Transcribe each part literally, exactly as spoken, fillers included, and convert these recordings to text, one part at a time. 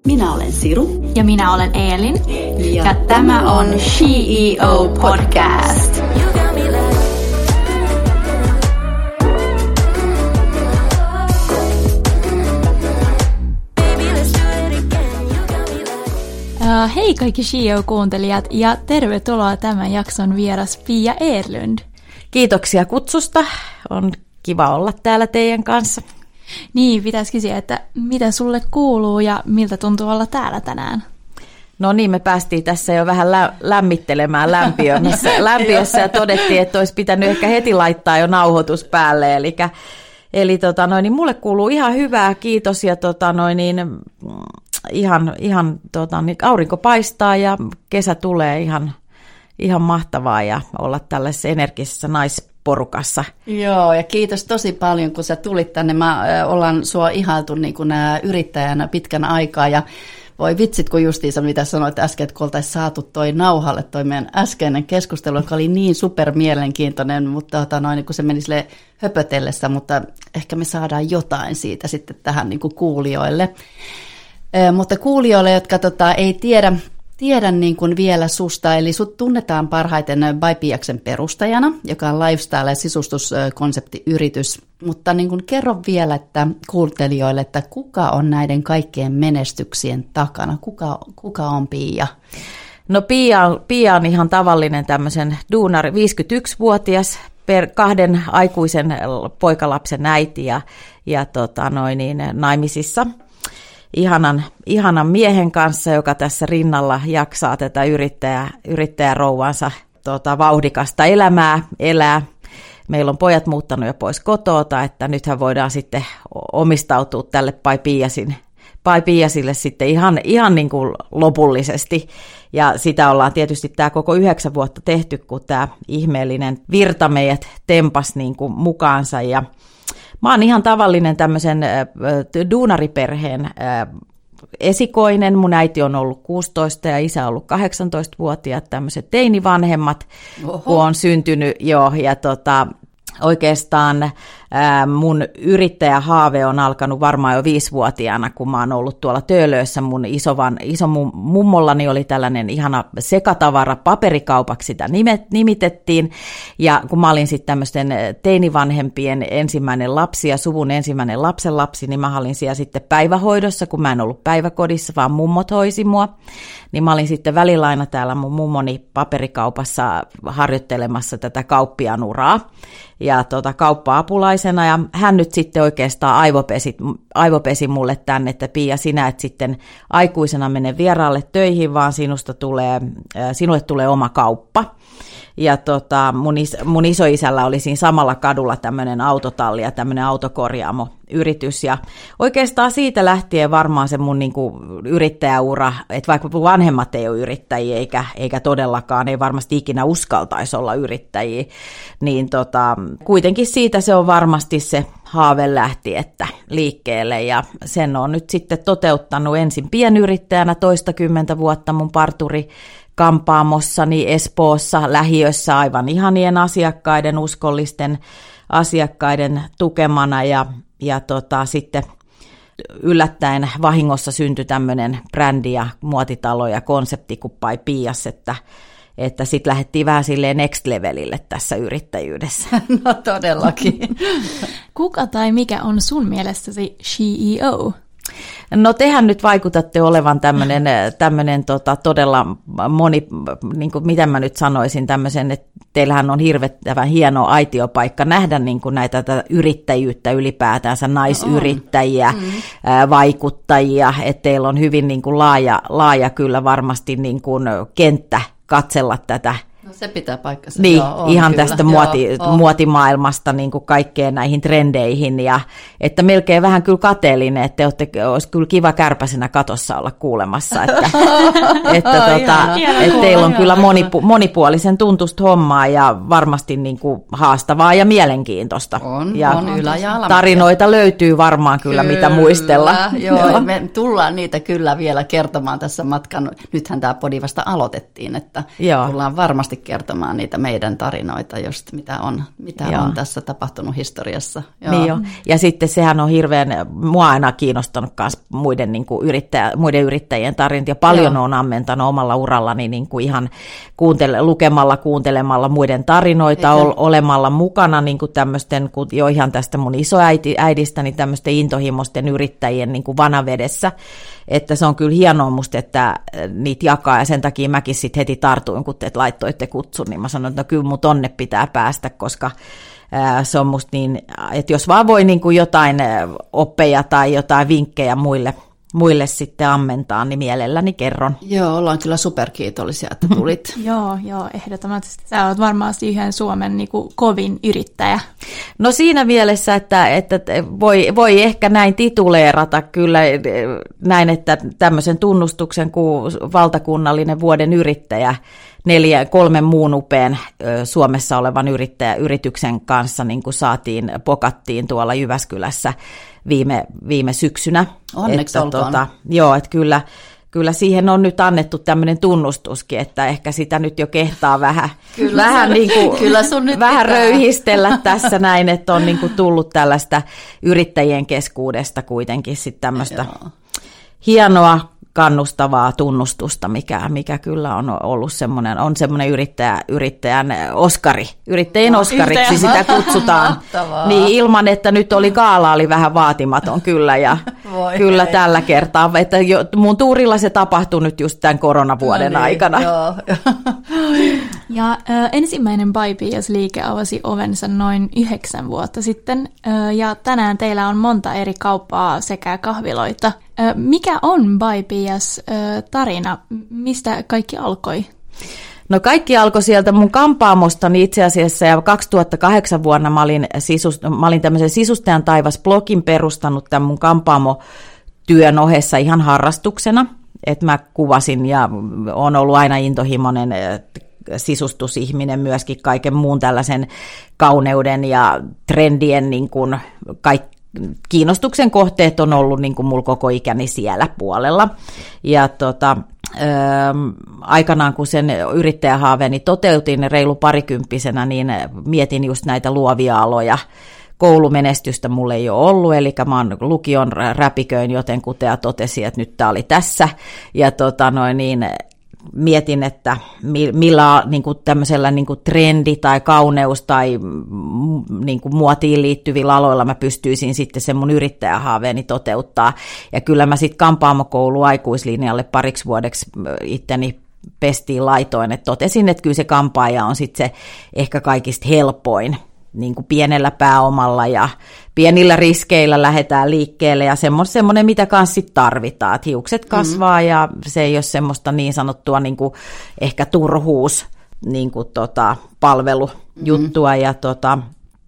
Minä olen Siru. Ja minä olen Eelin. Ja, ja tämä on She E O Podcast. Uh, hei kaikki She E O-kuuntelijat ja tervetuloa tämän jakson vieras Pia Erlund. Kiitoksia kutsusta. On kiva olla täällä teidän kanssa. Niin, pitäisi kysyä, että mitä sulle kuuluu ja miltä tuntuu olla täällä tänään? No niin, me päästiin tässä jo vähän lä- lämmittelemään lämpiössä, lämpiössä ja todettiin, että olisi pitänyt ehkä heti laittaa jo nauhoitus päälle. Eli, eli tota noin, niin mulle kuuluu ihan hyvää, kiitos ja tota noin, niin, ihan, ihan tota, niin aurinko paistaa ja kesä tulee ihan, ihan mahtavaa ja olla tällaisessa energisessä naisporukassa. Joo, ja kiitos tosi paljon, kun sä tulit tänne. Mä äh, ollaan sua ihailtu niin kuin, äh, yrittäjänä pitkän aikaa, ja voi vitsit, kun justiinsa mitä sanoit äsken, että kun oltaisiin saatu toi nauhalle, toi meidän äskeinen keskustelu, joka oli niin super mielenkiintoinen, mutta tota, noin, kun se meni sille höpötellessä, mutta ehkä me saadaan jotain siitä sitten tähän niin kuin kuulijoille. Äh, mutta kuulijoille, jotka tota, ei tiedä, Tiedän niin kuin vielä susta, eli sut tunnetaan parhaiten By Piiaksen perustajana, joka on lifestyle- ja sisustuskonseptiyritys. Mutta niin kuin kerro vielä että kuuntelijoille, että kuka on näiden kaikkien menestyksien takana? Kuka, kuka on Pia? No Pia, Pia on ihan tavallinen tämmöisen duunari, viisikymmentäyksivuotias, per kahden aikuisen poikalapsen äiti ja, ja tota noin niin, naimisissa. Ihanan, ihanan miehen kanssa, joka tässä rinnalla jaksaa tätä yrittäjä, yrittäjärouvansa tota, vauhdikasta elämää elää. Meillä on pojat muuttanut jo pois kotoota, että nythän voidaan sitten omistautua tälle By Piiasin, By Piiasille sitten ihan, ihan niin kuin lopullisesti. Ja sitä ollaan tietysti tämä koko yhdeksän vuotta tehty, kun tämä ihmeellinen virta meidät tempas niin kuin mukaansa ja mä oon ihan tavallinen tämmöisen äh, duunariperheen äh, esikoinen. Mun äiti on ollut kuusitoista ja isä on ollut kahdeksantoistavuotiaat, tämmöiset teinivanhemmat, Oho. kun on syntynyt jo. Ja tota, oikeastaan ää, mun yrittäjähaave on alkanut varmaan jo viisivuotiaana, kun mä oon ollut tuolla Töölössä. Mun isovan, iso mummollani oli tällainen ihana sekatavara, paperikaupaksi sitä nimitettiin. Ja kun mä olin sitten tämmöisten teinivanhempien ensimmäinen lapsi ja suvun ensimmäinen lapsenlapsi, niin mä olin siellä sitten päivähoidossa, kun mä en ollut päiväkodissa, vaan mummot hoisi mua. Niin mä olin sitten välillä aina täällä mun mummoni paperikaupassa harjoittelemassa tätä kauppiaan uraa ja tota, kauppa-apulaisena. Ja hän nyt sitten oikeastaan aivopesi, aivopesi mulle tänne, että Pia, sinä et sitten aikuisena mene vieraalle töihin, vaan sinusta tulee, sinulle tulee oma kauppa. Ja tota, mun, is, mun isoisällä oli siinä samalla kadulla tämmöinen autotalli ja tämmöinen autokorjaamo-yritys. Ja oikeastaan siitä lähtien varmaan se mun niinku yrittäjäura, että vaikka vanhemmat ei ole yrittäjiä eikä, eikä todellakaan, ei varmasti ikinä uskaltaisi olla yrittäjiä, niin tota, kuitenkin siitä se on varmasti se haave lähti, että liikkeelle. Ja sen on nyt sitten toteuttanut ensin pienyrittäjänä toistakymmentä vuotta mun parturi kampaamossani Espoossa lähiössä aivan ihanien asiakkaiden, uskollisten asiakkaiden tukemana ja, ja tota, sitten yllättäen vahingossa syntyi tämmöinen brändi ja muotitalo ja konsepti kuin By Piias, että, että sitten lähdettiin vähän silleen next levelille tässä yrittäjyydessä. No todellakin. Kuka tai mikä on sun mielestäsi She E O? No tehän nyt vaikutatte olevan tämmöinen, tämmöinen tota, todella moni, niin kuin, mitä mä nyt sanoisin, tämmöisen, että teillähän on hirvettävän hieno aitiopaikka nähdä niin kuin näitä tätä yrittäjyyttä ylipäätänsä, naisyrittäjiä, mm. ää, vaikuttajia, että teillä on hyvin niin kuin laaja, laaja kyllä varmasti niin kuin kenttä katsella tätä. No se pitää paikkansa. Niin, joo, on, ihan kyllä. tästä muoti, joo, muotimaailmasta niin kuin kaikkeen näihin trendeihin. Ja, että melkein vähän kyllä kateellinen, että te olette, olisi kyllä kiva kärpäsenä katossa olla kuulemassa. Että, että, tota, että teillä on kyllä monipu, monipuolisen tuntusta hommaa ja varmasti niin kuin haastavaa ja mielenkiintoista. On, ja on ylä- ja alamäkiä. Tarinoita löytyy varmaan kyllä, kyllä mitä muistella. Joo, joo, me tullaan niitä kyllä vielä kertomaan tässä matkan. Nythän tämä podi vasta aloitettiin, että joo. tullaan varmasti varmasti kertomaan niitä meidän tarinoita, just mitä on, mitä on tässä tapahtunut historiassa. Joo. Niin jo. Ja sitten sehän on hirveän, mua aina kiinnostanut myös muiden, niin kuin yrittäjä, muiden yrittäjien tarinat, ja paljon Joo. on ammentanut omalla urallani niin kuin ihan kuuntele, lukemalla, kuuntelemalla muiden tarinoita, ol, olemalla mukana niin kuin tämmöisten, jo ihan tästä mun isoäidistäni, tämmöisten intohimoisten yrittäjien niin kuin vanavedessä, että se on kyllä hienoa musta, että niitä jakaa, ja sen takia mäkin sitten heti tartuin, kun te laittoitte kutsun, niin mä sanoin, että no kyllä mun tonne pitää päästä, koska ää, se on musta niin, että jos vaan voi niin kuin jotain oppeja tai jotain vinkkejä muille, muille sitten ammentaa, niin mielelläni kerron. Joo, ollaan kyllä superkiitollisia, että tulit. Joo, joo, ehdottomasti. Sä oot varmasti yhden Suomen niin kuin kovin yrittäjä. No siinä mielessä, että, että voi, voi ehkä näin tituleerata kyllä näin, että tämmöisen tunnustuksen kuin valtakunnallinen vuoden yrittäjä neljä, kolmen muun upean Suomessa olevan yrittäjä, yrityksen kanssa niin kuin saatiin, pokattiin tuolla Jyväskylässä viime, viime syksynä. Onneksi että, tuota, joo, että kyllä, kyllä siihen on nyt annettu tämmöinen tunnustuskin, että ehkä sitä nyt jo kehtaa vähän, kyllä vähän, sun, niin kuin, kyllä sun nyt vähän röyhistellä tässä näin, että on niin kuin tullut tällaista yrittäjien keskuudesta kuitenkin sitten tämmöistä joo. hienoa, kannustavaa tunnustusta, mikä, mikä kyllä on ollut semmoinen, on semmoinen yrittäjä, yrittäjän Oskari, yrittäjien no, Oskariksi yhteen. Sitä kutsutaan, niin ilman, että nyt oli gaala oli vähän vaatimaton kyllä, ja Voi kyllä hei. Tällä kertaa, että jo, mun tuurilla se tapahtui nyt just tämän koronavuoden no niin, aikana. Joo. Ja äh, ensimmäinen Buy P S-liike avasi ovensa noin yhdeksän vuotta sitten, äh, ja tänään teillä on monta eri kauppaa sekä kahviloita. Äh, mikä on Buy P S-tarina? Mistä kaikki alkoi? No kaikki alkoi sieltä mun kampaamostani itse asiassa, ja kaksituhattakahdeksan vuonna mä olin, sisus, mä olin tämmöisen Sisustajan taivas-blogin perustanut tämän mun kampaamotyön ohessa ihan harrastuksena, että mä kuvasin ja on ollut aina intohimoinen sisustusihminen myöskin kaiken muun tällaisen kauneuden ja trendien niin kuin kaikki kiinnostuksen kohteet on ollut niin kuin mulla koko ikäni siellä puolella. Ja tota, ö, aikanaan kun sen yrittäjähaaveeni toteutin reilu parikymppisenä, niin mietin just näitä luovia aloja. Koulumenestystä mulla ei ole ollut, eli mä oon lukion räpiköin jotenkuten ja totesin, että nyt tää oli tässä. Ja tota noin niin, mietin, että millä niin kuin tämmöisellä niin kuin trendi tai kauneus tai niin kuin muotiin liittyvillä aloilla mä pystyisin sitten sen mun yrittäjähaaveeni toteuttaa. Ja kyllä mä sitten kampaamokoulu aikuislinjalle pariksi vuodeksi itteni pestiin laitoin, että totesin, että kyllä se kampaaja on sitten se ehkä kaikista helpoin. Niin kuin pienellä pääomalla ja pienillä riskeillä lähdetään liikkeelle ja semmoinen, mitä kanssa sit tarvitaan. Et hiukset kasvaa mm-hmm. ja se ei ole semmoista niin sanottua niin kuin ehkä turhuus niin kuin tota, palvelujuttua. Mm-hmm. Ja tota,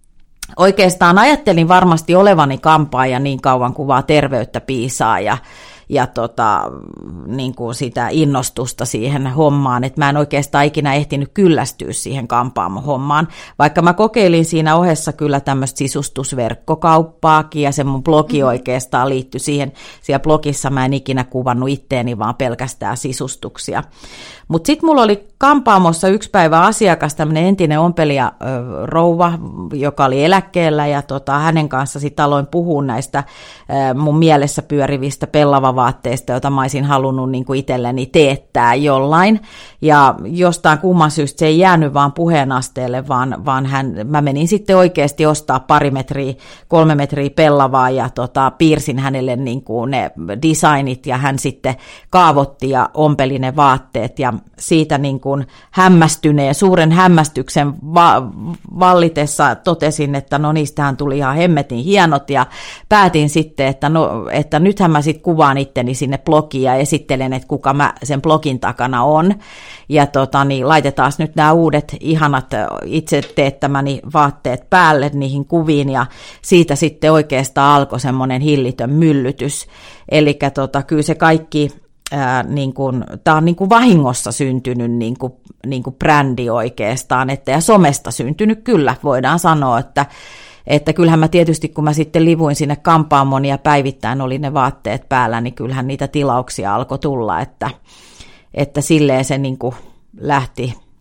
oikeastaan ajattelin varmasti olevani kampaaja niin kauan kuin vaan terveyttä piisaa ja ja tota, niin kuin sitä innostusta siihen hommaan, että mä en oikeastaan ikinä ehtinyt kyllästyä siihen kampaamo-hommaan, vaikka mä kokeilin siinä ohessa kyllä tämmöistä sisustusverkkokauppaakin, ja se mun blogi oikeastaan liittyi siihen, siellä blogissa mä en ikinä kuvannut itteeni, vaan pelkästään sisustuksia. Mutta sitten mulla oli kampaamossa yksi päivä asiakas, tämmöinen entinen ompelija ö, rouva, joka oli eläkkeellä, ja tota, hänen kanssa sitten aloin puhua näistä ö, mun mielessä pyörivistä pellavavaatteista, joita mä olisin halunnut niin kuin itselleni teettää jollain. Ja jostain kumman syystä se ei jäänyt vaan puheen asteelle, vaan, vaan hän, mä menin sitten oikeasti ostaa pari metriä, kolme metriä pellavaa, ja tota, piirsin hänelle niin kuin ne designit, ja hän sitten kaavoitti ja ompeli ne vaatteet, ja siitä niin kuin hämmästyneen, suuren hämmästyksen va- vallitessa totesin, että no niistähän tuli ihan hemmetin hienot, ja päätin sitten, että, no, että nythän mä sitten kuvaan itteni sinne blogiin ja esittelen, että kuka mä sen blogin takana on, ja tota, niin laitetaan nyt nämä uudet ihanat itse teettämäni vaatteet päälle niihin kuviin, ja siitä sitten oikeastaan alkoi semmoinen hillitön myllytys, eli tota, kyllä se kaikki Ää, niin kuin, tämä on niin kuin vahingossa syntynyt niin kuin, niin kuin brändi oikeastaan, että, ja somesta syntynyt kyllä, voidaan sanoa, että, että kyllähän mä tietysti, kun mä sitten livuin sinne kampaamon ja päivittäin oli ne vaatteet päällä, niin kyllähän niitä tilauksia alkoi tulla, että, että silleen se niin kuin lähti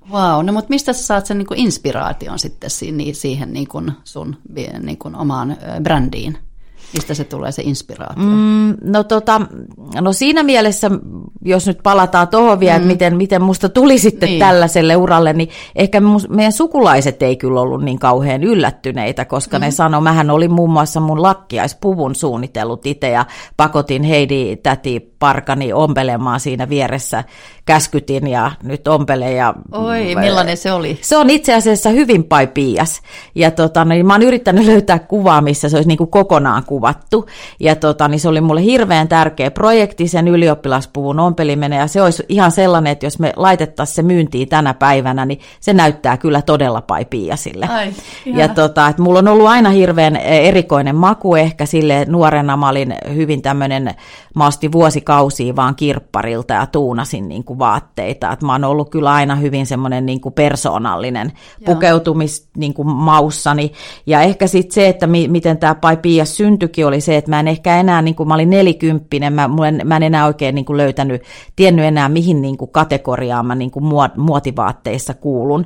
Vau, wow, no mutta mistä sä saat sen niin kuin inspiraation sitten siihen niin kuin sun niin kuin omaan brändiin? Mistä se tulee se inspiraatio? Mm, no, tota, no siinä mielessä, jos nyt palataan tuohon vielä, mm. että miten, miten musta tuli sitten niin. tällaiselle uralle, niin ehkä meidän sukulaiset ei kyllä ollut niin kauhean yllättyneitä, koska mm. ne sanoi, mähän olin muun muassa mun lakkiaispuvun suunnitellut itse ja pakotin Heidi täti Parkani ompelemaan siinä vieressä, käskytin ja nyt ompele. Ja, oi, millainen se oli? Se on itse asiassa hyvin paipias. Ja tota, niin mä oon yrittänyt löytää kuvaa, missä se olisi niin kuin kokonaan kuvattu. Ja tota, niin se oli mulle hirveän tärkeä projekti, sen ylioppilaspuvun ompeliminen. Ja se olisi ihan sellainen, että jos me laitettaisiin se myyntiin tänä päivänä, niin se näyttää kyllä todella paipiasille. Ai, ja tota, että mulla on ollut aina hirveän erikoinen maku ehkä sille nuorena. Mä olin hyvin tämmöinen, mä ostin vuosikausia vaan kirpparilta ja tuunasin niin kuin vaatteita. Et mä oon ollut kyllä aina hyvin semmoinen niin kuin persoonallinen pukeutumis niin kuin maussani. Ja ehkä sitten se, että mi- miten tämä paipias syntyikin, oli se, että mä en ehkä enää, niin kuin mä olin nelikymppinen, mä, en, mä en enää oikein niin kuin löytänyt, tiennyt enää mihin niin kuin kategoriaan mä niin kuin muotivaatteissa kuulun.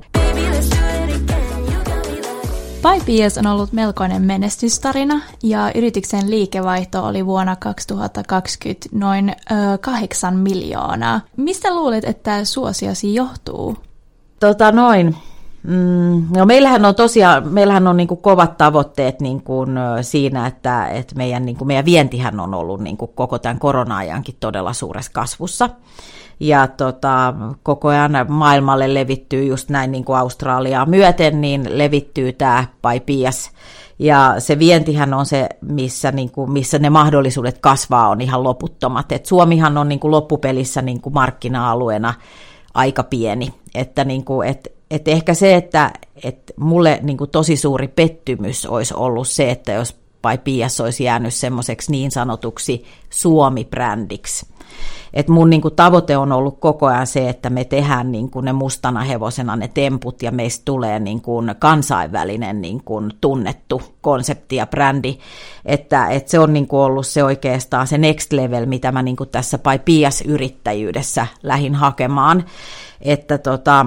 paipias on ollut melkoinen menestystarina ja yrityksen liikevaihto oli vuonna kaksituhattakaksikymmentä noin ö, kahdeksan miljoonaa. Mistä luulet, että suosiosi johtuu? Tota noin. Mm, no meillähän on tosiaan, meillähän on niin kuin kovat tavoitteet niin kuin siinä, että, että meidän, niin kuin meidän vientihän on ollut niin kuin koko tämän korona-ajankin todella suuressa kasvussa. Ja tota, koko ajan maailmalle levittyy just näin niin kuin Australiaa myöten, niin levittyy tämä paipias. Ja se vientihän on se, missä, niin kuin, missä ne mahdollisuudet kasvaa on ihan loputtomat. Et Suomihan on niin kuin loppupelissä niin kuin markkina-alueena aika pieni. Että niin kuin, et, et ehkä se, että et mulle niin kuin tosi suuri pettymys olisi ollut se, että jos paipias olisi jäänyt semmoiseksi niin sanotuksi Suomi-brändiksi. Et mun niin kuin tavoite on ollut koko ajan se, että me tehdään niin kuin ne mustana hevosena ne temput ja meistä tulee niin kuin kansainvälinen niin kuin tunnettu konsepti ja brändi. Että, että se on niin kuin ollut se oikeastaan se next level, mitä mä niin kuin tässä paipias-yrittäjyydessä lähdin hakemaan. Että tota...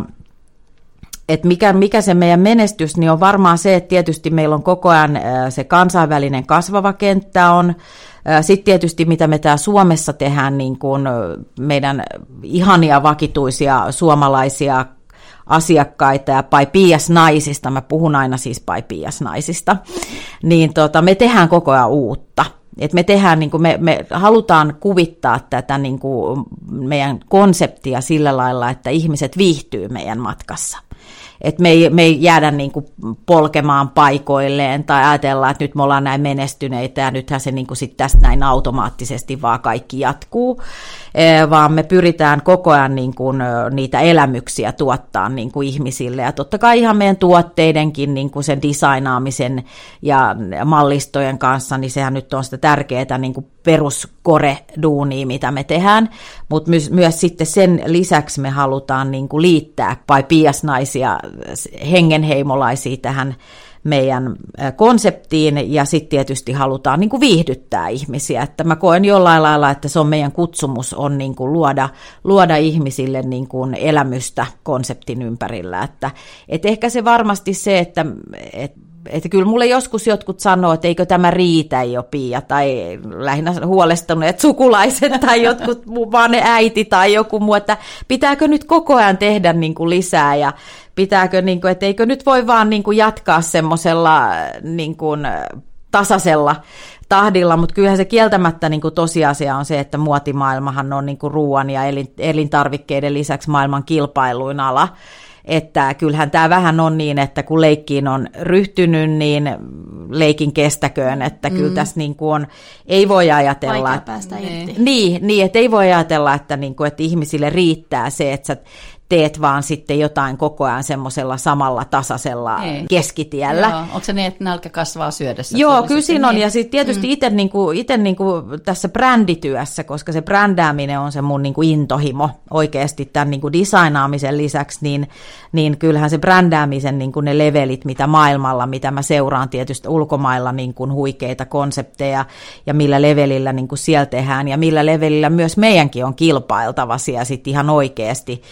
Et mikä, mikä se meidän menestys, niin on varmaan se, että tietysti meillä on koko ajan se kansainvälinen kasvava kenttä on. Sitten tietysti mitä me täällä Suomessa tehdään, niin kuin meidän ihania vakituisia suomalaisia asiakkaita ja paipias-naisista, mä puhun aina siis paipias-naisista, niin tota, me tehdään koko ajan uutta. Et me, tehdään, niin kuin me, me halutaan kuvittaa tätä niin kuin meidän konseptia sillä lailla, että ihmiset viihtyy meidän matkassa. Että me ei, me ei jäädä niin kuin polkemaan paikoilleen tai ajatellaan, että nyt me ollaan näin menestyneitä ja nythän se niin kuin sit tästä näin automaattisesti vaan kaikki jatkuu, e, vaan me pyritään koko ajan niin kuin niitä elämyksiä tuottaa niin kuin ihmisille. Ja totta kai ihan meidän tuotteidenkin niin kuin sen designaamisen ja mallistojen kanssa, niin sehän nyt on sitä tärkeää niin kuin peruskore-duunia, mitä me tehdään, mutta myös, myös sitten sen lisäksi me halutaan niin kuin liittää paipias-naisia, hengenheimolaisia tähän meidän konseptiin, ja sitten tietysti halutaan niin kuin viihdyttää ihmisiä, että mä koen jollain lailla, että se on meidän kutsumus on niin kuin luoda, luoda ihmisille niin kuin elämystä konseptin ympärillä, että et ehkä se varmasti se, että et, Että kyllä mulle joskus jotkut sanoo, että eikö tämä riitä jo, Pia, tai lähinnä huolestuneet sukulaiset tai jotkut vaan ne äiti tai joku muu, että pitääkö nyt koko ajan tehdä niin kuin lisää ja pitääkö, niin kuin, että eikö nyt voi vaan niin kuin jatkaa semmoisella niin kuin tasaisella tahdilla, mutta kyllähän se kieltämättä niin kuin tosiasia on se, että muotimaailmahan on niin kuin ruoan ja elintarvikkeiden lisäksi maailman kilpailuin ala. Että kyllähän tämä vähän on niin, että kun leikkiin on ryhtynyt, niin leikin kestäköön, että kyllä mm. tässä niin kuin on, ei voi ajatella, vaikea päästä irti. Niin, niin, että ei voi ajatella, että, niin kuin, että ihmisille riittää se, että sä teet vaan sitten jotain koko ajan semmoisella samalla tasaisella ei. Keskitiellä. Joo. Onko se niin, että nälkä kasvaa syödessä? Joo, kyllä siinä on. Niin. Ja sitten tietysti mm. itse niinku, niinku tässä brändityössä, koska se brändääminen on se mun niinku intohimo oikeasti tämän niinku designaamisen lisäksi, niin, niin kyllähän se brändäämisen niinku ne levelit, mitä maailmalla, mitä mä seuraan tietysti ulkomailla niinku huikeita konsepteja ja millä levelillä niinku siellä tehdään ja millä levelillä myös meidänkin on kilpailtava siellä sitten ihan oikeasti, koska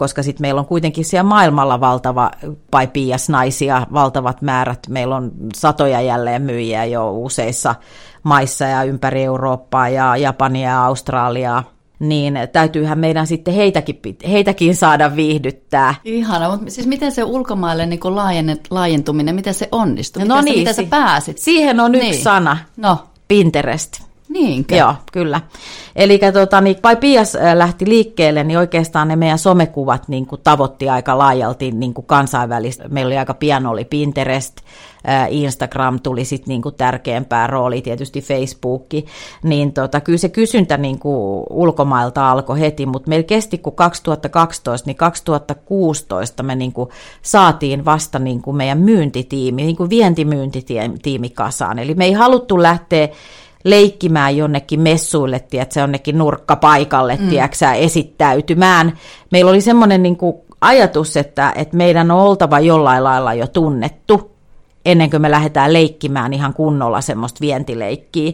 koska sitten meillä on kuitenkin siellä maailmalla valtava Pai-Piias-naisia, valtavat määrät. Meillä on satoja jälleenmyyjiä jo useissa maissa ja ympäri Eurooppaa ja Japania ja Australiaa. Niin täytyyhän meidän sitten heitäkin, heitäkin saada viihdyttää. Ihana, mutta siis miten se ulkomaille niin kuin laajentuminen, miten se onnistui? No miten, niin, se, miten sä pääsit? Siihen on niin. yksi sana, no. Pinterest. Niinkö? Joo, kyllä. Eli tota, niin, Pai-Piias lähti liikkeelle, niin oikeastaan ne meidän somekuvat niin kuin tavoitti aika laajalti niin kuin kansainvälistä. Meillä oli aika pian oli Pinterest, Instagram tuli sitten niin kuin tärkeämpää rooli, tietysti Facebook. Niin tota, kyllä se kysyntä niin kuin ulkomailta alkoi heti, mutta meillä kesti kun kaksituhattakaksitoista, niin kaksituhattakuusitoista me niin kuin saatiin vasta niin kuin meidän myyntitiimi, niin kuin vientimyyntitiimi kasaan. Eli me ei haluttu lähteä leikkimään jonnekin messuille, tiedätkö, jonnekin nurkkapaikalle, mm. tiedätkö, esittäytymään. Meillä oli semmoinen niin kuin ajatus, että, että meidän on oltava jollain lailla jo tunnettu, ennen kuin me lähdetään leikkimään ihan kunnolla semmoista vientileikkiä.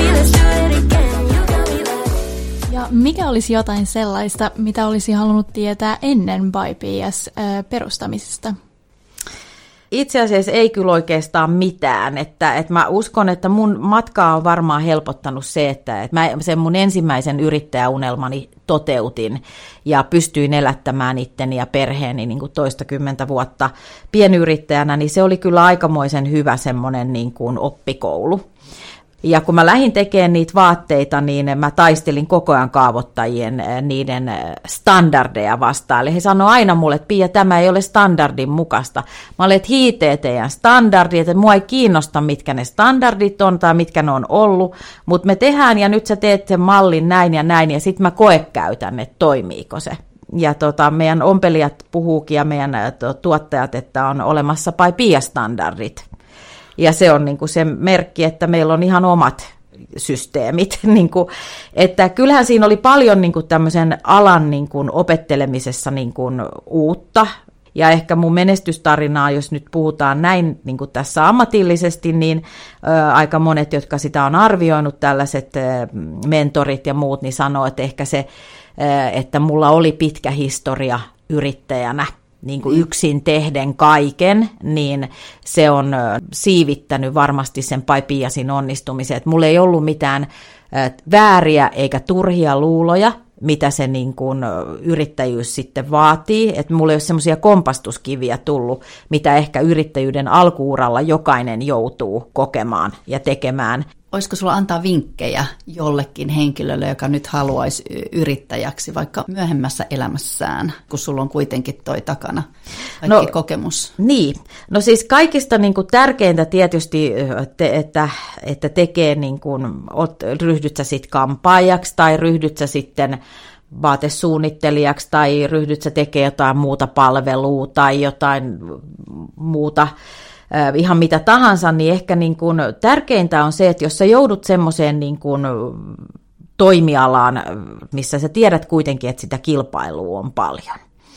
Ja mikä olisi jotain sellaista, mitä olisi halunnut tietää ennen Pai-Piias perustamisesta? Itse asiassa ei kyllä oikeastaan mitään, että, että mä uskon, että mun matkaa on varmaan helpottanut se, että, että mä sen mun ensimmäisen yrittäjäunelmani toteutin ja pystyin elättämään itteni ja perheeni niin kuin toistakymmentä vuotta pienyrittäjänä, niin se oli kyllä aikamoisen hyvä semmoinen niin kuin oppikoulu. Ja kun mä lähdin tekemään niitä vaatteita, niin mä taistelin koko ajan kaavoittajien niiden standardeja vastaan. Eli he sanoivat aina mulle, että Pia, tämä ei ole standardin mukaista. Mä olen, että hiitee teidän standardit, että mua ei kiinnosta, mitkä ne standardit on tai mitkä ne on ollut, mutta me tehdään ja nyt sä teet sen mallin näin ja näin ja sitten mä koekäytän, että toimiiko se. Ja tota, meidän ompelijat puhuukin ja meidän tuottajat, että on olemassa Pai-Piias-standardit. Ja se on niin kuin se merkki, että meillä on ihan omat systeemit. niin kuin, että kyllähän siinä oli paljon niin kuin tämmöisen alan niin kuin opettelemisessa niin kuin uutta. Ja ehkä mun menestystarinaa, jos nyt puhutaan näin niin kuin tässä ammatillisesti, niin ä, aika monet, jotka sitä on arvioinut, tällaiset ä, mentorit ja muut, niin sanoo, että ehkä se, ä, että mulla oli pitkä historia yrittäjänä. Niin kuin yksin tehden kaiken, niin se on siivittänyt varmasti sen Pai-Piiasin onnistumisen. Että mulla ei ollut mitään vääriä eikä turhia luuloja, mitä se niin kuin yrittäjyys sitten vaatii. Että mulla ei ole semmoisia kompastuskiviä tullut, mitä ehkä yrittäjyyden alkuuralla jokainen joutuu kokemaan ja tekemään. Olisiko sulla antaa vinkkejä jollekin henkilölle, joka nyt haluaisi yrittäjäksi vaikka myöhemmässä elämässään, kun sulla on kuitenkin toi takana kaikki no, kokemus? Niin, no siis kaikista niin kuin tärkeintä tietysti, te, että, että tekee, niin kuin, ryhdyt sä sitten kampaajaksi tai ryhdyt sä sitten vaatesuunnittelijaksi tai ryhdyt sä tekemään jotain muuta palvelua tai jotain muuta, ihan mitä tahansa, niin ehkä niin kuin tärkeintä on se, että jos sä joudut semmoiseen niin kuin toimialaan, missä sä tiedät kuitenkin, että sitä kilpailua on paljon,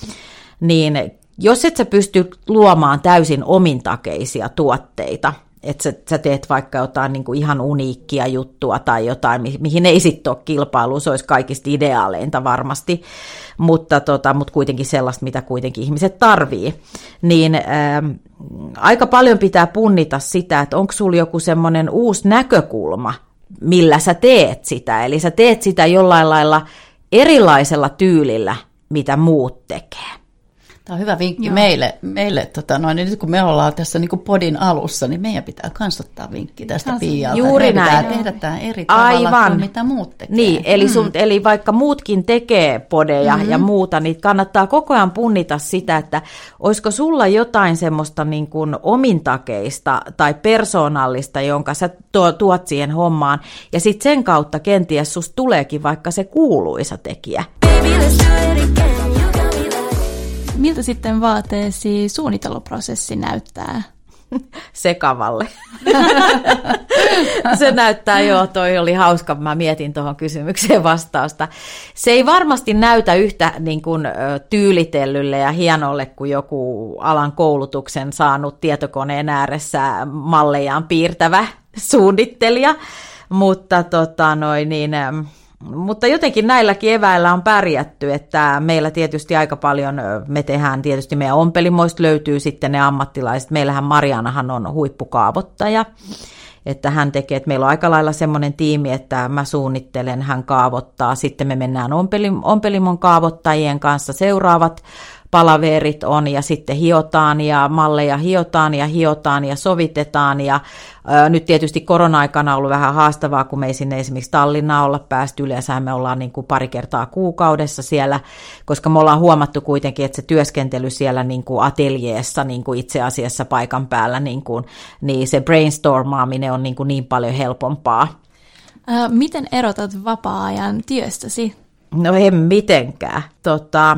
niin jos et sä pysty luomaan täysin omintakeisia tuotteita, että sä, sä teet vaikka jotain niin kuin ihan uniikkia juttua tai jotain, mi- mihin ei sitten ole kilpailua, se olisi kaikista ideaaleinta varmasti, mutta, tota, mutta kuitenkin sellaista, mitä kuitenkin ihmiset tarvii, niin ää, aika paljon pitää punnita sitä, että onko sulla joku semmoinen uusi näkökulma, millä sä teet sitä, eli sä teet sitä jollain lailla erilaisella tyylillä, mitä muut tekee. Tämä on hyvä vinkki Joo. meille, meille tota noin, niin nyt kun me ollaan tässä niin kuin podin alussa, niin meidän pitää kans ottaa vinkki tästä Piialta. Juuri näin. Tehdä tämä eri tavalla Aivan. kuin mitä muut tekee. Niin, eli, sun, mm. eli vaikka muutkin tekee podeja mm-hmm. ja muuta, niin kannattaa koko ajan punnita sitä, että olisiko sulla jotain semmoista niin kuin omintakeista tai persoonallista, jonka sä tuot siihen hommaan, ja sitten sen kautta kenties susta tuleekin vaikka se kuuluisa tekijä. Miltä sitten vaateesi suunnitteluprosessi näyttää? Sekavalle. Se näyttää, joo, toi oli hauska, mä mietin tuohon kysymykseen vastausta. Se ei varmasti näytä yhtä niin kuin, tyylitellylle ja hienolle kuin joku alan koulutuksen saanut tietokoneen ääressä mallejaan piirtävä suunnittelija, mutta tota, noin, niin, mutta jotenkin näilläkin eväillä on pärjätty, että meillä tietysti aika paljon, me tehdään tietysti meidän ompelimoista löytyy sitten ne ammattilaiset. Meillähän Marianahan on huippukaavoittaja, että hän tekee, että meillä on aika lailla semmoinen tiimi, että mä suunnittelen, hän kaavoittaa, sitten me mennään ompelim, ompelimon kaavoittajien kanssa seuraavat palaverit on ja sitten hiotaan ja malleja hiotaan ja hiotaan ja sovitetaan ja ää, nyt tietysti korona-aikana on ollut vähän haastavaa, kun me ei sinne esimerkiksi Tallinnaan olla päästy, yleensä me ollaan niin kuin pari kertaa kuukaudessa siellä, koska me ollaan huomattu kuitenkin, että se työskentely siellä niin kuin ateljeessa niin kuin itse asiassa paikan päällä, niin, kuin, niin se brainstormaaminen on niin, kuin niin paljon helpompaa. Ää, miten erotat vapaa-ajan työstäsi? No en mitenkään. Tota...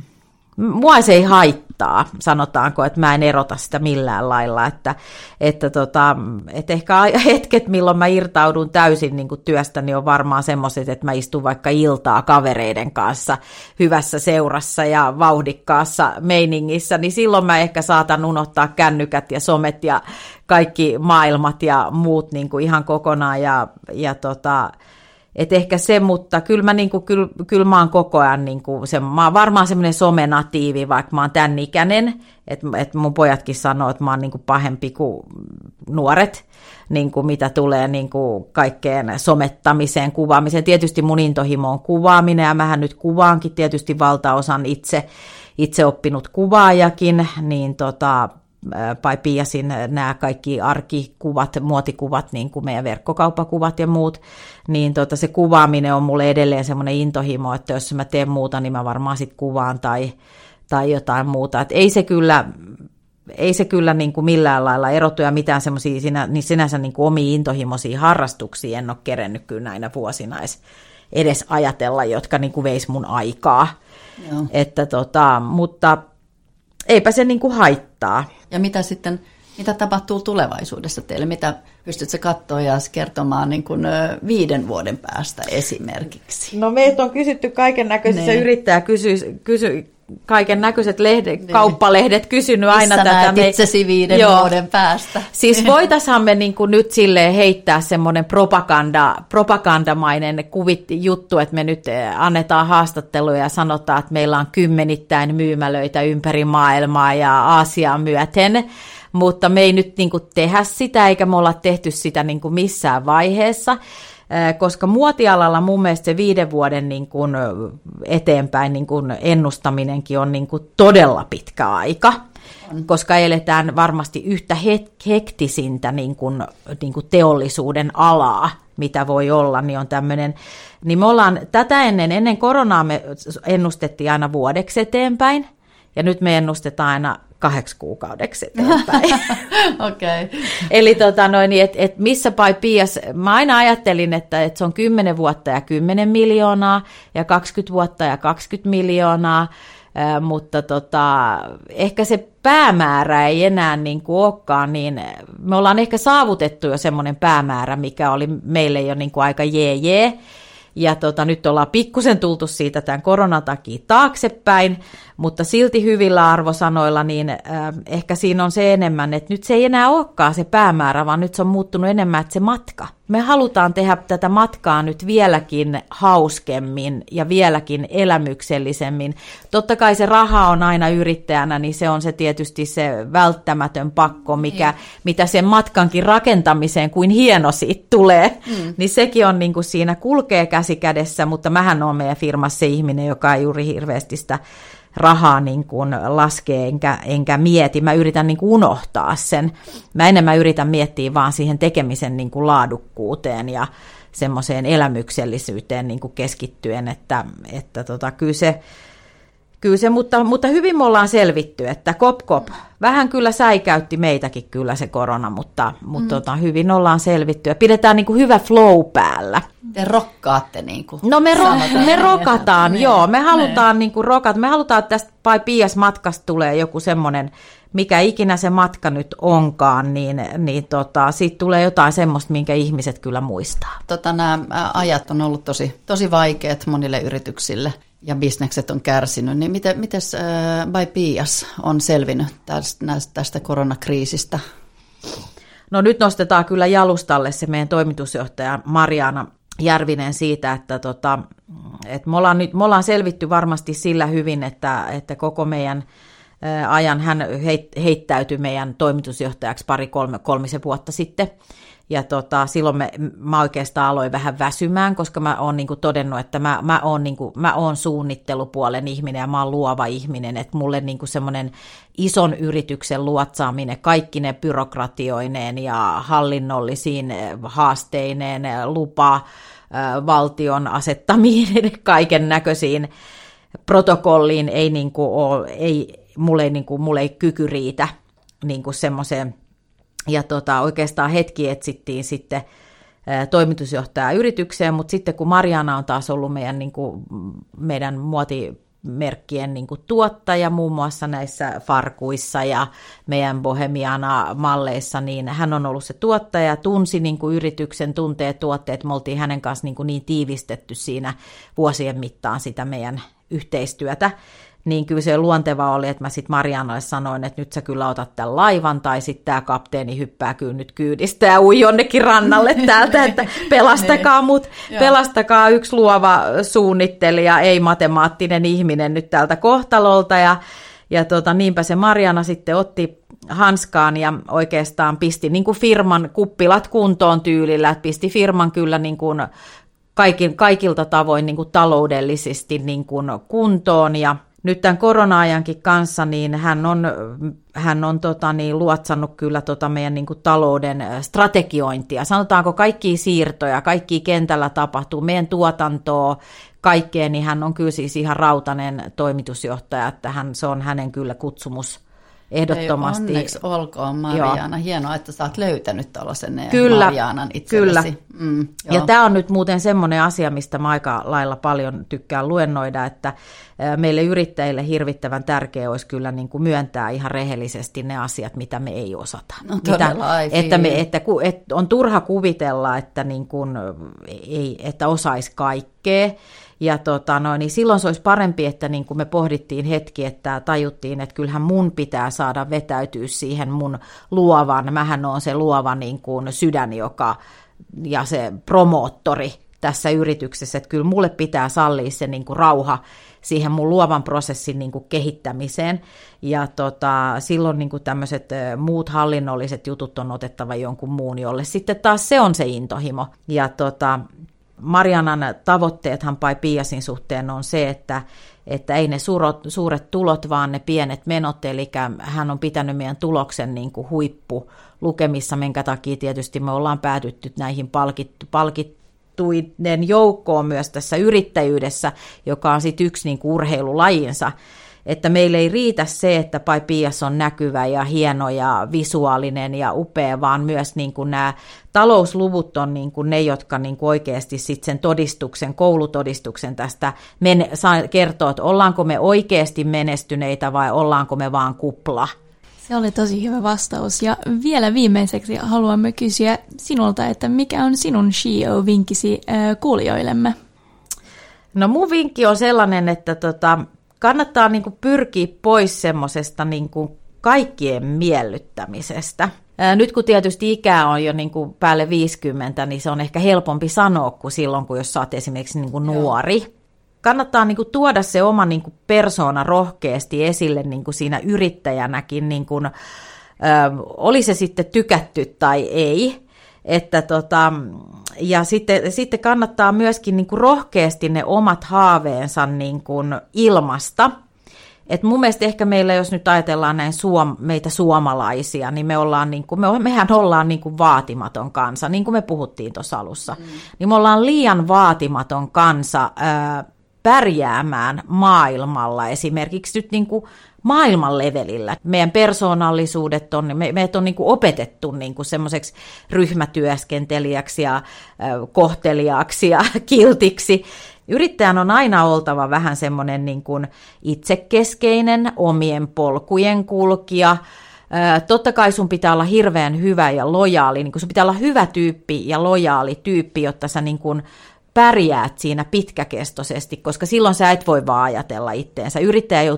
Mua se ei haittaa, sanotaanko, että mä en erota sitä millään lailla, että, että, tota, että ehkä hetket, milloin mä irtaudun täysin niin kuin työstä, niin on varmaan semmoiset, että mä istun vaikka iltaa kavereiden kanssa hyvässä seurassa ja vauhdikkaassa meiningissä, niin silloin mä ehkä saatan unohtaa kännykät ja somet ja kaikki maailmat ja muut niin kuin ihan kokonaan ja, ja tota... Että ehkä se, mutta kyllä mä, niinku, kyllä, kyllä mä oon koko ajan, niinku, se, mä oon varmaan semmoinen somenatiivi, vaikka mä oon tämän ikäinen, että et mun pojatkin sanoo, että mä oon niinku pahempi kuin nuoret, niinku, mitä tulee niinku, kaikkeen somettamiseen, kuvaamiseen. Tietysti mun intohimo on kuvaaminen, ja mähän nyt kuvaankin tietysti valtaosan itse, itse oppinut kuvaajakin, niin tota... Pai Piasin nämä kaikki arkikuvat, muotikuvat, niin kuin meidän verkkokauppakuvat ja muut, niin tota, se kuvaaminen on mulle edelleen semmoinen intohimo, että jos mä teen muuta, niin mä varmaan sit kuvaan tai, tai jotain muuta. Et ei se kyllä, ei se kyllä niin kuin millään lailla erotu ja mitään semmoisia sinä, niin sinänsä niin kuin omia intohimoisia harrastuksia en ole kerennyt kyllä näinä vuosina edes, edes ajatella, jotka niin kuin veis mun aikaa. Että, tota, mutta eipä se niin kuin haittaa. Ja mitä sitten, mitä tapahtuu tulevaisuudessa teille? Mitä pystytkö katsoa ja kertomaan niin kuin viiden vuoden päästä esimerkiksi? No meiltä on kysytty kaiken näköisissä, yrittäjä kysy, kysy, kaiken näköiset lehdet, ne. kauppalehdet kysynyt aina missä tätä. Missä näet itsesi viiden Joo. vuoden päästä? Siis voitaisiin me niin kuin nyt silleen heittää semmoinen propaganda, propagandamainen kuvit, juttu, että me nyt annetaan haastatteluja ja sanotaan, että meillä on kymmenittäin myymälöitä ympäri maailmaa ja Aasiaa myöten, mutta me ei nyt niin kuin tehdä sitä, eikä me olla tehty sitä niin kuin missään vaiheessa. Koska muotialalla mun mielestä se viiden vuoden niin kuin eteenpäin niin kuin ennustaminenkin on niin kuin todella pitkä aika, on. Koska eletään varmasti yhtä hektisintä niin kuin, niin kuin teollisuuden alaa, mitä voi olla, niin on tämmöinen, niin me ollaan tätä ennen, ennen koronaa me ennustettiin aina vuodeksi eteenpäin, ja nyt me ennustetaan aina kahdeksi kuukaudeksi eteenpäin. Okei. Okay. Eli tota noin, että et missä Pai Pias, mä aina ajattelin, että et se on kymmenen vuotta ja kymmenen miljoonaa ja kaksikymmentä vuotta ja kaksikymmentä miljoonaa, äh, mutta tota, ehkä se päämäärä ei enää niin kuin olekaan, niin me ollaan ehkä saavutettu jo semmoinen päämäärä, mikä oli meille jo niin kuin aika jee jee. Ja tota, nyt ollaan pikkusen tultu siitä tämän koronan takia taaksepäin, mutta silti hyvillä arvosanoilla, niin äh, ehkä siinä on se enemmän, että nyt se ei enää olekaan se päämäärä, vaan nyt se on muuttunut enemmän, että se matka. Me halutaan tehdä tätä matkaa nyt vieläkin hauskemmin ja vieläkin elämyksellisemmin. Totta kai se raha on aina yrittäjänä, niin se on se tietysti se välttämätön pakko, mikä, mitä sen matkankin rakentamiseen, kuin hieno siitä tulee. Mm. Niin sekin on niin kuin siinä kulkee käsi kädessä, mutta mähän on meidän firmassa se ihminen, joka ei juuri hirveästi sitä rahaa niin kuin laskee enkä, enkä mieti. Mä yritän niin kuin unohtaa sen. Mä enemmän yritän miettiä vaan siihen tekemisen niin kuin laadukkuuteen ja semmoiseen elämyksellisyyteen niin kuin keskittyen, että, että tota, kyllä se, kyllä se mutta, mutta hyvin me ollaan selvitty, että kop kop. Vähän kyllä säikäytti meitäkin kyllä se korona, mutta, mutta mm. tota, hyvin ollaan selvitty ja pidetään niin kuin hyvä flow päällä. Te rokkaatte niin kuin. No me, ro- me rokataan, ne, joo. Me halutaan ne. niin kuin rokata. Me halutaan, että tästä Pai Pias matkasta tulee joku semmoinen, mikä ikinä se matka nyt onkaan, niin, niin tota, siitä tulee jotain semmoista, minkä ihmiset kyllä muistaa. Tota, nämä ajat on ollut tosi, tosi vaikeat monille yrityksille ja bisnekset on kärsinyt. Niin miten mites, äh, Pai Pias on selvinnyt tästä, tästä koronakriisistä? No nyt nostetaan kyllä jalustalle se meidän toimitusjohtaja Mariana Järvinen siitä, että, tota, että me, ollaan nyt, me ollaan selvitty varmasti sillä hyvin, että, että koko meidän ajan hän heittäytyi meidän toimitusjohtajaksi pari kolme, kolmisen vuotta sitten. Ja tota, silloin me, mä oikeastaan aloin vähän väsymään, koska mä oon niinku todennut, että mä, mä, oon niinku, mä oon suunnittelupuolen ihminen ja mä oon luova ihminen. Että mulle niinku semmoinen ison yrityksen luotsaaminen, kaikki ne byrokratioineen ja hallinnollisiin haasteineen, lupa, valtion asettamiin, kaiken näköisiin protokolliin ei, niinku ole, ei, mulle, ei, niinku, mulle ei kyky riitä niinku semmoiseen. Ja tota, oikeastaan hetki etsittiin sitten ä, toimitusjohtajaa yritykseen, mutta sitten kun Mariana on taas ollut meidän, niin kuin, meidän muotimerkkien niin kuin tuottaja muun muassa näissä farkuissa ja meidän Bohemiana-malleissa, niin hän on ollut se tuottaja, tunsi niin kuin yrityksen, tuntee tuotteet, me oltiin hänen kanssa niin, kuin niin tiivistetty siinä vuosien mittaan sitä meidän yhteistyötä. Niin kyllä se luonteva oli, että mä sitten Marianalle sanoin, että nyt sä kyllä otat tämän laivan, tai sitten tämä kapteeni hyppää kyllä nyt kyydistä ja ui jonnekin rannalle täältä, että pelastakaa mut, pelastakaa yksi luova suunnittelija, ei matemaattinen ihminen nyt tältä kohtalolta. Ja, ja tota, niinpä se Mariana sitten otti hanskaan ja oikeastaan pisti niin kuin firman kuppilat kuntoon tyylillä, että pisti firman kyllä niin kuin kaikin, kaikilta tavoin niin kuin taloudellisesti niin kuin kuntoon ja nyt tämän korona-ajankin kanssa, niin hän on, hän on tota, niin, luotsannut kyllä tota meidän niin kuin talouden strategiointia. Sanotaanko kaikkia siirtoja, kaikki kentällä tapahtuu, meidän tuotantoa, kaikkea, niin hän on kyllä siis ihan rautainen toimitusjohtaja, että hän, se on hänen kyllä kutsumus ehdottomasti. Ei, onneksi olkoon Mariana. Joo. Hienoa, että sä oot löytänyt tällaisen kyllä, Marianan itsellesi. Kyllä. Mm, ja tämä on nyt muuten semmoinen asia, mistä mä aika lailla paljon tykkään luennoida, että meille yrittäjille hirvittävän tärkeää olisi kyllä niin kuin myöntää ihan rehellisesti ne asiat, mitä me ei osata. No todella, mitä, että, me, että, että on turha kuvitella, että, niin kuin, ei, että osaisi kaikkea. Ja tota, no, niin silloin se olisi parempi, että niin kuin me pohdittiin hetki, että tajuttiin, että kyllähän mun pitää saada vetäytyä siihen mun luovan. Mähän on se luova niin kuin sydän, joka, ja se promoottori tässä yrityksessä, että kyllä mulle pitää sallia se niin kuin rauha siihen mun luovan prosessin niin kuin kehittämiseen. Ja tota, silloin niin kuin tämmöiset muut hallinnolliset jutut on otettava jonkun muun, jolle sitten taas se on se intohimo. Ja tota, Marianan tavoitteethan Pai Piasin suhteen on se, että, että ei ne suurot, suuret tulot, vaan ne pienet menot, eli hän on pitänyt meidän tuloksen niin kuin huippu lukemissa, minkä takia tietysti me ollaan päädytty näihin palkittu, palkittuiden joukkoon myös tässä yrittäjyydessä, joka on sitten yksi niin kuin urheilulajinsa. Että meille ei riitä se, että Pai Pias on näkyvä ja hieno ja visuaalinen ja upea, vaan myös niin kuin nämä talousluvut on niin kuin ne, jotka niin kuin oikeasti sit sen todistuksen, koulutodistuksen tästä men- kertoo, että ollaanko me oikeasti menestyneitä vai ollaanko me vaan kupla. Se oli tosi hyvä vastaus. Ja vielä viimeiseksi haluamme kysyä sinulta, että mikä on sinun C E O-vinkkisi äh, kuulijoillemme? No mun vinkki on sellainen, että tota, kannattaa niin kuin pyrkiä pois semmoisesta niin kuin kaikkien miellyttämisestä. Ää, nyt kun tietysti ikää on jo niin kuin päälle viisikymmentä, niin se on ehkä helpompi sanoa kuin silloin, kun jos sä oot esimerkiksi niin kuin nuori. Joo. Kannattaa niin kuin tuoda se oma niin kuin persoona rohkeasti esille niin kuin siinä yrittäjänäkin, niin kuin, ää, oli se sitten tykätty tai ei. Että tota, ja sitten, sitten kannattaa myöskin niin kuin rohkeasti ne omat haaveensa niin kuin ilmasta. Et mun mielestä ehkä meillä, jos nyt ajatellaan näin suom, meitä suomalaisia, niin me ollaan niin kuin, me, mehän ollaan niin kuin vaatimaton kansa, niin kuin me puhuttiin tuossa alussa. Mm. Niin me ollaan liian vaatimaton kansa ää, pärjäämään maailmalla, esimerkiksi nyt niin kuin maailman levelillä. Meidän persoonallisuudet on, me, meidät on niin kuin opetettu niin kuin semmoiseksi ryhmätyöskentelijäksi ja äh, kohteliaaksi ja kiltiksi. Yrittäjän on aina oltava vähän semmoinen niin kuin itsekeskeinen, omien polkujen kulkija. Äh, totta kai sun pitää olla hirveän hyvä ja lojaali, niin kuin sun pitää olla hyvä tyyppi ja lojaali tyyppi, jotta sä niin kuin pärjäät siinä pitkäkestoisesti, koska silloin sä et voi vaan ajatella itteensä. Yrittäjä joutuu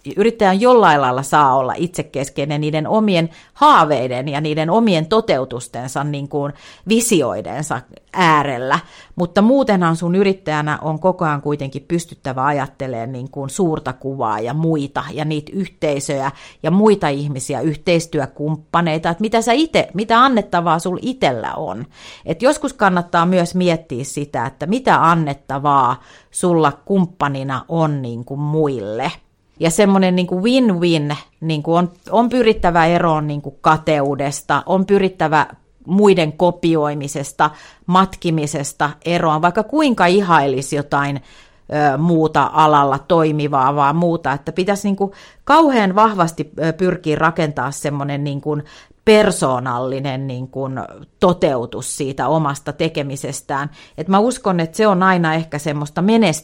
yrittäjän jollain lailla saa olla itsekeskeinen niiden omien haaveiden ja niiden omien toteutustensa, niin kuin visioidensa äärellä, mutta muutenhan sun yrittäjänä on koko ajan kuitenkin pystyttävä ajattelemaan niin kuin suurta kuvaa ja muita ja niitä yhteisöjä ja muita ihmisiä, yhteistyökumppaneita, että mitä sä ite, mitä annettavaa sul itsellä on. Et joskus kannattaa myös miettiä sitä, että mitä annettavaa sulla kumppanina on niin kuin muille. Ja semmoinen niin kuin win-win niin kuin on, on pyrittävä eroon niin kuin kateudesta, on pyrittävä muiden kopioimisesta, matkimisesta eroon, vaikka kuinka ihailisi jotain ö, muuta alalla toimivaa, vaan muuta, että pitäisi niin kuin kauhean vahvasti pyrkiä rakentaa semmoinen niin kuin persoonallinen niin kuin toteutus siitä omasta tekemisestään. Et mä uskon, että se on aina ehkä semmoista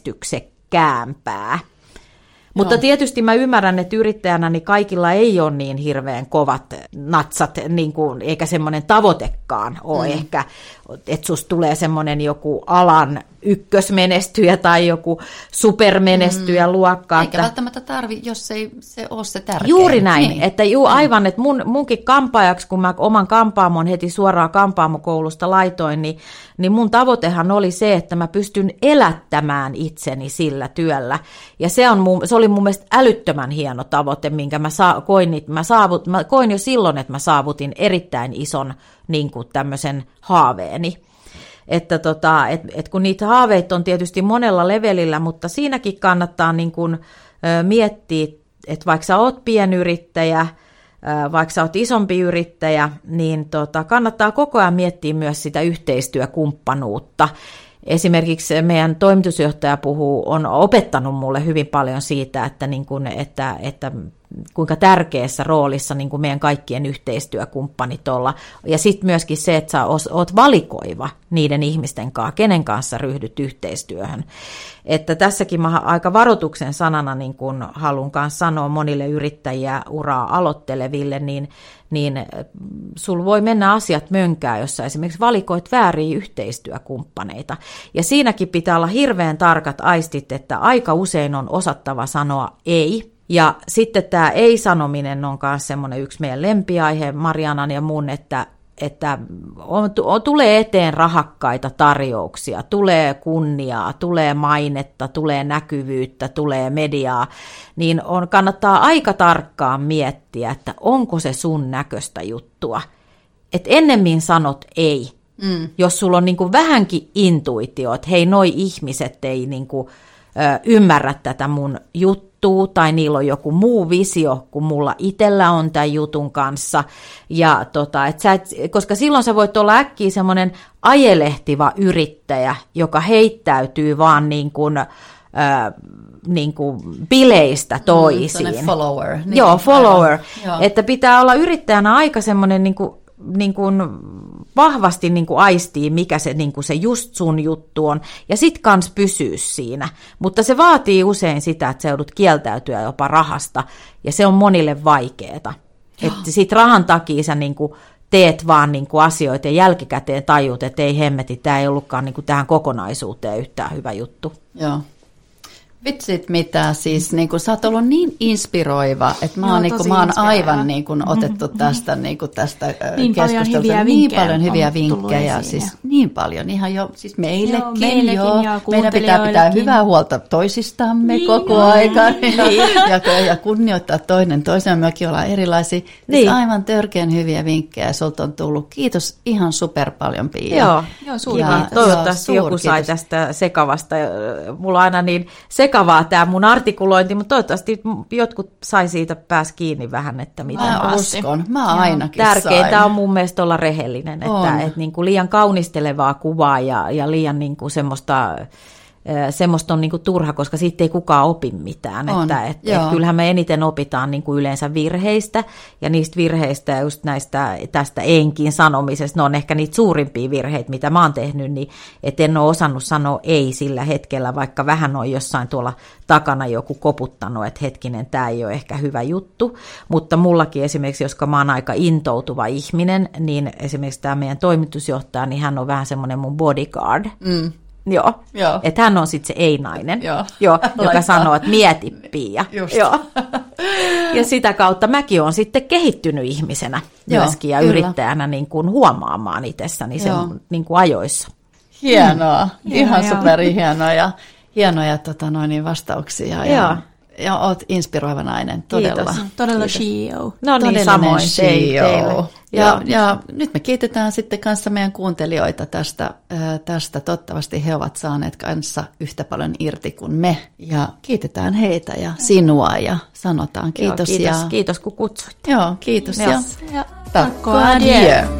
menestyksekkäämpää. Mutta Joo. tietysti mä ymmärrän, että yrittäjänä niin kaikilla ei ole niin hirveän kovat natsat, niin kuin, eikä semmoinen tavoitekaan ole mm. ehkä, että susta tulee semmoinen joku alan ykkösmenestyjä tai joku supermenestyjä mm. luokka. Eikä että välttämättä tarvi, jos ei se ole se tärkein. Juuri näin, niin. että juu, aivan, että mun, munkin kampaajaksi, kun mä oman kampaamon heti suoraan kampaamokoulusta laitoin, niin, niin mun tavoitehan oli se, että mä pystyn elättämään itseni sillä työllä. Ja se, on mun, se oli mun mielestä älyttömän hieno tavoite, minkä mä, saa, koin, että mä, saavut, mä koin jo silloin, että mä saavutin erittäin ison niin kuin tämmöisen haaveeni. Että tota, et, et kun niitä haaveita on tietysti monella levelillä, mutta siinäkin kannattaa niin kun, ö, miettiä, että vaikka sä oot pienyrittäjä, ö, vaikka sä oot isompi yrittäjä, niin tota, kannattaa koko ajan miettiä myös sitä yhteistyökumppanuutta. Esimerkiksi meidän toimitusjohtaja puhuu, on opettanut mulle hyvin paljon siitä, että, niin kun, että, että kuinka tärkeässä roolissa niin kuin meidän kaikkien yhteistyökumppanit olla. Ja sitten myöskin se, että sä oot valikoiva niiden ihmisten kanssa, kenen kanssa ryhdyt yhteistyöhön. Että tässäkin mä aika varoituksen sanana niin kuin haluan kanssa sanoa monille yrittäjiä uraa aloitteleville, niin, niin sul voi mennä asiat mönkään, jos sä esimerkiksi valikoit vääriä yhteistyökumppaneita. Ja siinäkin pitää olla hirveän tarkat aistit, että aika usein on osattava sanoa ei. Ja sitten tämä ei-sanominen on myös semmoinen yksi meidän lempiaihe, Marianan ja mun, että, että on, on, tulee eteen rahakkaita tarjouksia, tulee kunniaa, tulee mainetta, tulee näkyvyyttä, tulee mediaa, niin on, kannattaa aika tarkkaan miettiä, että onko se sun näköistä juttua. Et ennemmin sanot ei, mm. jos sulla on niinku vähänkin intuitio, että hei, noi ihmiset ei niinku, ö, ymmärrä tätä mun juttua, tai niillä on joku muu visio, kuin mulla itsellä on tämän jutun kanssa. Ja tota, et sä et, koska silloin sä voit olla äkkiä semmoinen ajelehtiva yrittäjä, joka heittäytyy vaan niin kuin, äh, niin kuin bileistä toisiin. Mm, follower. Niin, Joo, follower. Aivan, että pitää olla yrittäjänä aika semmoinen niin kuin, niin kuin vahvasti niin kuin aistii, mikä se, niin kuin se just sun juttu on, ja sit kans pysyy siinä. Mutta se vaatii usein sitä, että sä joudut kieltäytyä jopa rahasta, ja se on monille vaikeeta. Että sit rahan takia sä niin kuin teet vaan niin kuin asioita, ja jälkikäteen tajut, että ei hemmeti, tämä ei ollutkaan niin kuin tähän kokonaisuuteen yhtään hyvä juttu. Joo. Vitsit mitä, siis niin kuin, sä oot ollut niin inspiroiva, että mä oon, niin kuin, mä oon aivan niin kuin, otettu tästä, niin kuin, tästä niin keskustelusta. Niin paljon hyviä vinkkejä, siis niin paljon, ihan jo, siis meillekin, joo, meillekin jo. Meidän pitää pitää hyvää huolta toisistamme niin, koko no, ajan niin. ja, ja kunnioittaa toinen toisen, mekin ollaan erilaisia. Niin. Siis aivan törkeän hyviä vinkkejä sulta on tullut. Kiitos ihan super paljon, Pia. Joo, joo suuri ja, toivottavasti joku kiitos. Sai tästä sekavasta. Mulla on aina niin sekavaa tämä mun artikulointi, mutta toivottavasti jotkut sai siitä pääs kiinni vähän, että mitä mä pääsi. uskon, mä ainakin Tärkeintä sain. on mun mielestä olla rehellinen, on. että, että niin kuin liian kaunistelevaa kuvaa ja, ja liian niin kuin semmoista, semmoista on niin kuin turha, koska siitä ei kukaan opi mitään. Että, et, et kyllähän me eniten opitaan niin kuin yleensä virheistä, ja niistä virheistä ja just näistä, tästä enkin sanomisesta, ne on ehkä niitä suurimpia virheitä, mitä mä oon tehnyt, niin et en ole osannut sanoa ei sillä hetkellä, vaikka vähän on jossain tuolla takana joku koputtanut, että hetkinen, tämä ei ole ehkä hyvä juttu, mutta mullakin esimerkiksi, koska mä oon aika intoutuva ihminen, niin esimerkiksi tämä meidän toimitusjohtaja, niin hän on vähän semmoinen mun bodyguard. Mm. Joo. Joo. Että hän on sitten se ei-nainen, Joo. Joo, joka sanoo, että mieti Pia. Just. Joo. Ja sitä kautta mäkin olen sitten kehittynyt ihmisenä Joo, myöskin ja kyllä. yrittäjänä niin kuin huomaamaan itsessäni sen Joo. niin kuin ajoissa. Hienoa, mm. ihan Hienoa, superihienoja hienoja tota, noin, vastauksia. Ja, Joo. ja oot inspiroiva nainen, todella. Kiitos. Todella C E O. No niin, Todellinen samoin C E O. teille. Ja, ja nyt me kiitetään sitten kanssa meidän kuuntelijoita tästä, äh, tästä. Toivottavasti he ovat saaneet kanssa yhtä paljon irti kuin me. Ja kiitetään heitä ja sinua ja sanotaan kiitos. Joo, kiitos, ja, kiitos kun kutsuit. Joo, kiitos. Joo. Ja Ja takko adieu.